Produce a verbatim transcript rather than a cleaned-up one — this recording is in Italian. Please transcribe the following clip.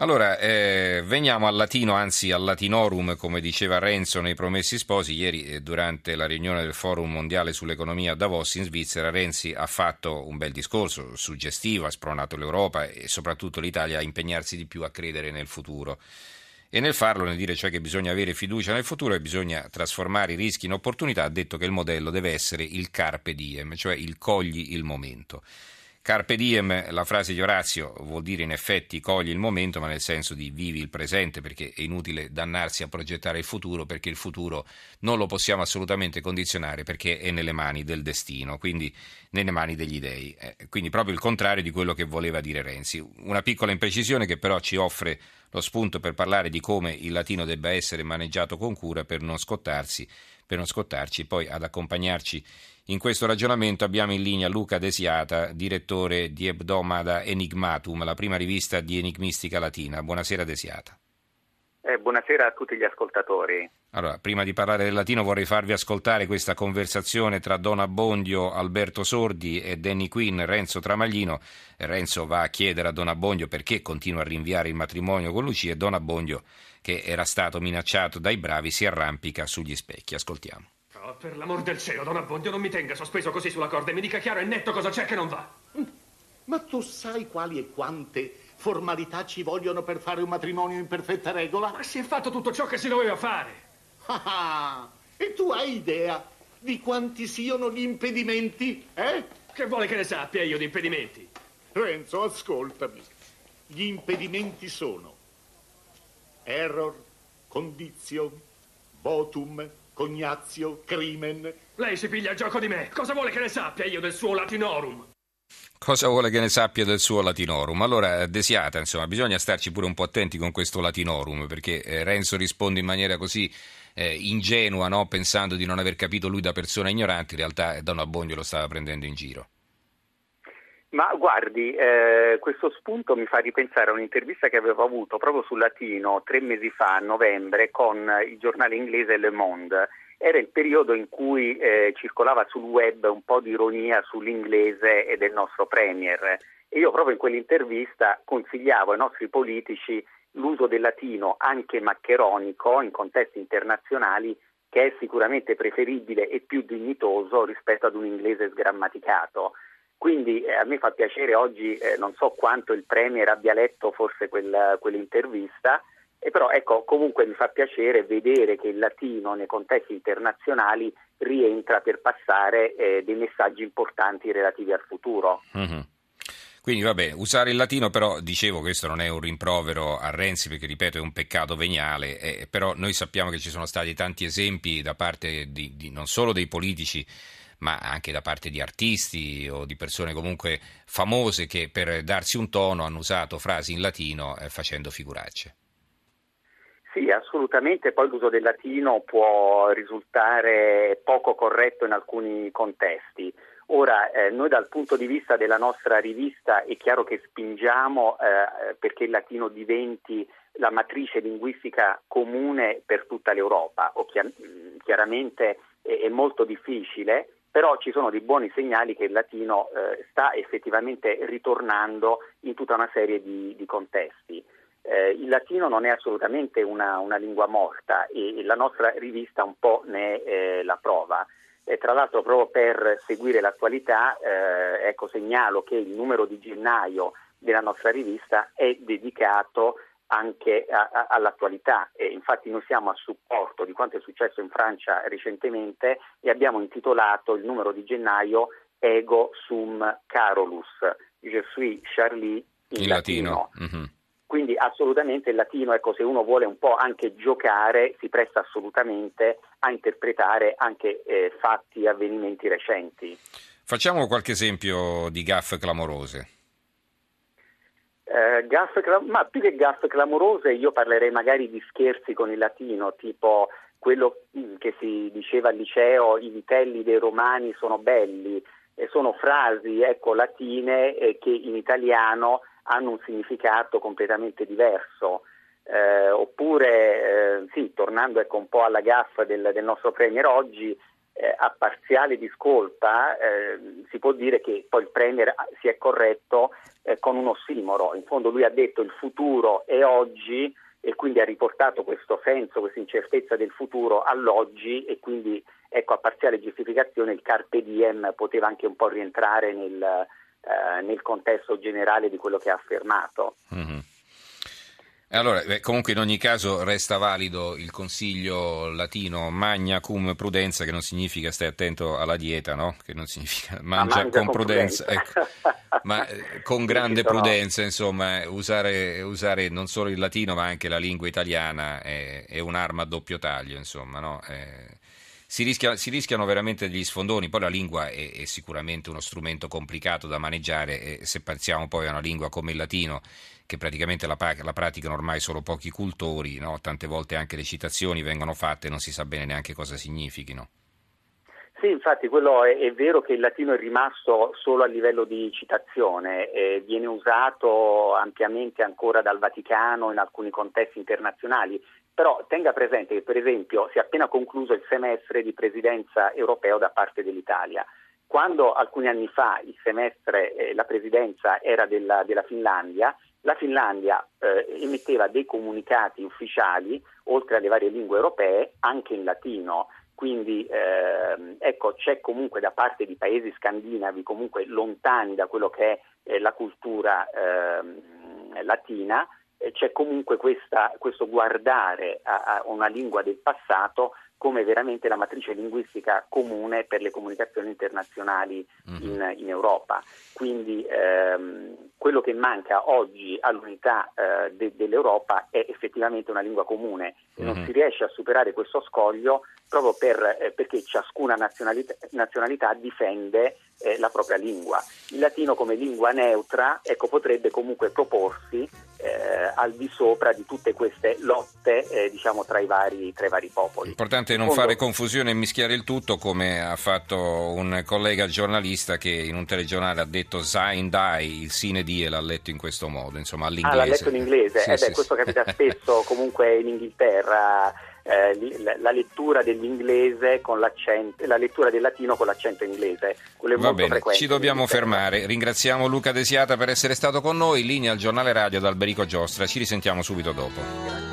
Allora, eh, veniamo al latino, anzi al latinorum, come diceva Renzo nei Promessi Sposi. Ieri, eh, durante la riunione del Forum Mondiale sull'Economia a Davos in Svizzera, Renzi ha fatto un bel discorso suggestivo, ha spronato l'Europa e soprattutto l'Italia a impegnarsi di più a credere nel futuro. E nel farlo, nel dire cioè che bisogna avere fiducia nel futuro e bisogna trasformare i rischi in opportunità, ha detto che il modello deve essere il carpe diem, cioè il cogli il momento. Carpe diem, la frase di Orazio, vuol dire in effetti cogli il momento, ma nel senso di vivi il presente, perché è inutile dannarsi a progettare il futuro, perché il futuro non lo possiamo assolutamente condizionare, perché è nelle mani del destino, quindi nelle mani degli dei. Eh, quindi proprio il contrario di quello che voleva dire Renzi. Una piccola imprecisione che però ci offre lo spunto per parlare di come il latino debba essere maneggiato con cura per non scottarsi, per non scottarci. Poi ad accompagnarci in questo ragionamento abbiamo in linea Luca Desiata, direttore di Hebdomada Enigmatum, la prima rivista di enigmistica latina. Buonasera Desiata. Eh, buonasera a tutti gli ascoltatori. Allora, prima di parlare del latino vorrei farvi ascoltare questa conversazione tra Don Abbondio, Alberto Sordi e Danny Quinn, Renzo Tramaglino. Renzo va a chiedere a Don Abbondio perché continua a rinviare il matrimonio con Lucia e Don Abbondio, che era stato minacciato dai bravi, si arrampica sugli specchi. Ascoltiamo. Oh, per l'amor del cielo, Don Abbondio, non mi tenga sospeso così sulla corda e mi dica chiaro e netto cosa c'è che non va. Ma tu sai quali e quante formalità ci vogliono per fare un matrimonio in perfetta regola? Ma si è fatto tutto ciò che si doveva fare. Ah, e tu hai idea di quanti siano gli impedimenti, eh? Che vuole che ne sappia io di impedimenti? Renzo, ascoltami. Gli impedimenti sono error, condizio, votum, cognazio, crimen. Lei si piglia il gioco di me. Cosa vuole che ne sappia io del suo latinorum? Cosa vuole che ne sappia del suo latinorum? Allora, Desiata, insomma, bisogna starci pure un po' attenti con questo latinorum, perché eh, Renzo risponde in maniera così eh, ingenua, no? Pensando di non aver capito lui da persona ignorante, in realtà Don Abbondio lo stava prendendo in giro. Ma guardi, eh, questo spunto mi fa ripensare a un'intervista che avevo avuto proprio sul latino tre mesi fa, a novembre, con il giornale inglese Le Monde. Era il periodo in cui eh, circolava sul web un po' di ironia sull'inglese e del nostro premier. E io proprio in quell'intervista consigliavo ai nostri politici l'uso del latino anche maccheronico in contesti internazionali, che è sicuramente preferibile e più dignitoso rispetto ad un inglese sgrammaticato. Quindi eh, a me fa piacere oggi, eh, non so quanto il Premier abbia letto forse quel, quell'intervista, e però ecco, comunque mi fa piacere vedere che il latino nei contesti internazionali rientra per passare eh, dei messaggi importanti relativi al futuro. Mm-hmm. Quindi vabbè, usare il latino, però dicevo, questo non è un rimprovero a Renzi, perché ripeto è un peccato veniale, eh, però noi sappiamo che ci sono stati tanti esempi da parte di, di non solo dei politici, ma anche da parte di artisti o di persone comunque famose che per darsi un tono hanno usato frasi in latino eh, facendo figuracce. Sì, assolutamente, poi l'uso del latino può risultare poco corretto in alcuni contesti. Ora, eh, noi dal punto di vista della nostra rivista è chiaro che spingiamo eh, perché il latino diventi la matrice linguistica comune per tutta l'Europa. O chiar- chiaramente è, è molto difficile, però ci sono dei buoni segnali che il latino eh, sta effettivamente ritornando in tutta una serie di, di contesti. Eh, il latino non è assolutamente una, una lingua morta e, e la nostra rivista un po' ne è eh, la prova. E tra l'altro proprio per seguire l'attualità, eh, ecco, segnalo che il numero di gennaio della nostra rivista è dedicato anche a, a, all'attualità e infatti noi siamo a supporto di quanto è successo in Francia recentemente e abbiamo intitolato il numero di gennaio Ego sum Carolus, Je suis Charlie in, in latino. latino. Mm-hmm. Quindi assolutamente il latino, ecco, se uno vuole un po' anche giocare, si presta assolutamente a interpretare anche eh, fatti e avvenimenti recenti. Facciamo qualche esempio di gaffe clamorose. Eh, gaffe, ma più che gaffe clamorose io parlerei magari di scherzi con il latino, tipo quello che si diceva al liceo, i vitelli dei romani sono belli, e sono frasi, ecco, latine eh, che in italiano hanno un significato completamente diverso. Eh, oppure, eh, sì, tornando ecco un po' alla gaffa del, del nostro premier oggi, eh, a parziale discolpa eh, si può dire che poi il Premier si è corretto eh, con un ossimoro. In fondo lui ha detto il futuro è oggi e quindi ha riportato questo senso, questa incertezza del futuro all'oggi, e quindi ecco, a parziale giustificazione il carpe diem poteva anche un po' rientrare nel, eh, nel contesto generale di quello che ha affermato. Mm-hmm. Allora, beh, comunque in ogni caso resta valido il consiglio latino magna cum prudenza, che non significa stai attento alla dieta, no? Che non significa mangia, mangia con, con prudenza, prudenza. Ecco. Ma eh, con grande prudenza, insomma, usare, usare non solo il latino ma anche la lingua italiana è, è un'arma a doppio taglio, insomma, no? Eh, si, rischia, si rischiano veramente degli sfondoni. Poi la lingua è, è sicuramente uno strumento complicato da maneggiare, e se pensiamo poi a una lingua come il latino, che praticamente la, la praticano ormai solo pochi cultori, no? Tante volte anche le citazioni vengono fatte e non si sa bene neanche cosa significhino. Sì, infatti quello è, è vero che il latino è rimasto solo a livello di citazione, eh, viene usato ampiamente ancora dal Vaticano in alcuni contesti internazionali, però tenga presente che per esempio si è appena concluso il semestre di presidenza europeo da parte dell'Italia. Quando alcuni anni fa il semestre, eh, la presidenza era della, della Finlandia, la Finlandia eh, emetteva dei comunicati ufficiali, oltre alle varie lingue europee, anche in latino. Quindi eh, ecco, c'è comunque da parte di paesi scandinavi, comunque lontani da quello che è eh, la cultura eh, latina, eh, c'è comunque questa, questo guardare a, a una lingua del passato come veramente la matrice linguistica comune per le comunicazioni internazionali in, in Europa. Quindi ehm, quello che manca oggi all'unità eh, de, dell'Europa è effettivamente una lingua comune, e non si riesce a superare questo scoglio proprio per, eh, perché ciascuna nazionalità, nazionalità difende eh, la propria lingua. Il latino come lingua neutra, ecco, potrebbe comunque proporsi eh, al di sopra di tutte queste lotte eh, diciamo tra i vari, tra i vari popoli. L'importante è non fare confusione e mischiare il tutto, come ha fatto un collega giornalista che in un telegiornale ha detto sein die, il sine die l'ha letto in questo modo, insomma all'inglese. Ah, l'ha letto in inglese? Sì, eh beh, sì, questo sì. Capita spesso comunque in Inghilterra. Eh, la lettura dell'inglese con l'accento, la lettura del latino con l'accento inglese, quello è Va molto bene, frequente. Ci dobbiamo fermare. Ringraziamo Luca De Siata per essere stato con noi. Linea al giornale radio da Alberico Giostra. Ci risentiamo subito dopo.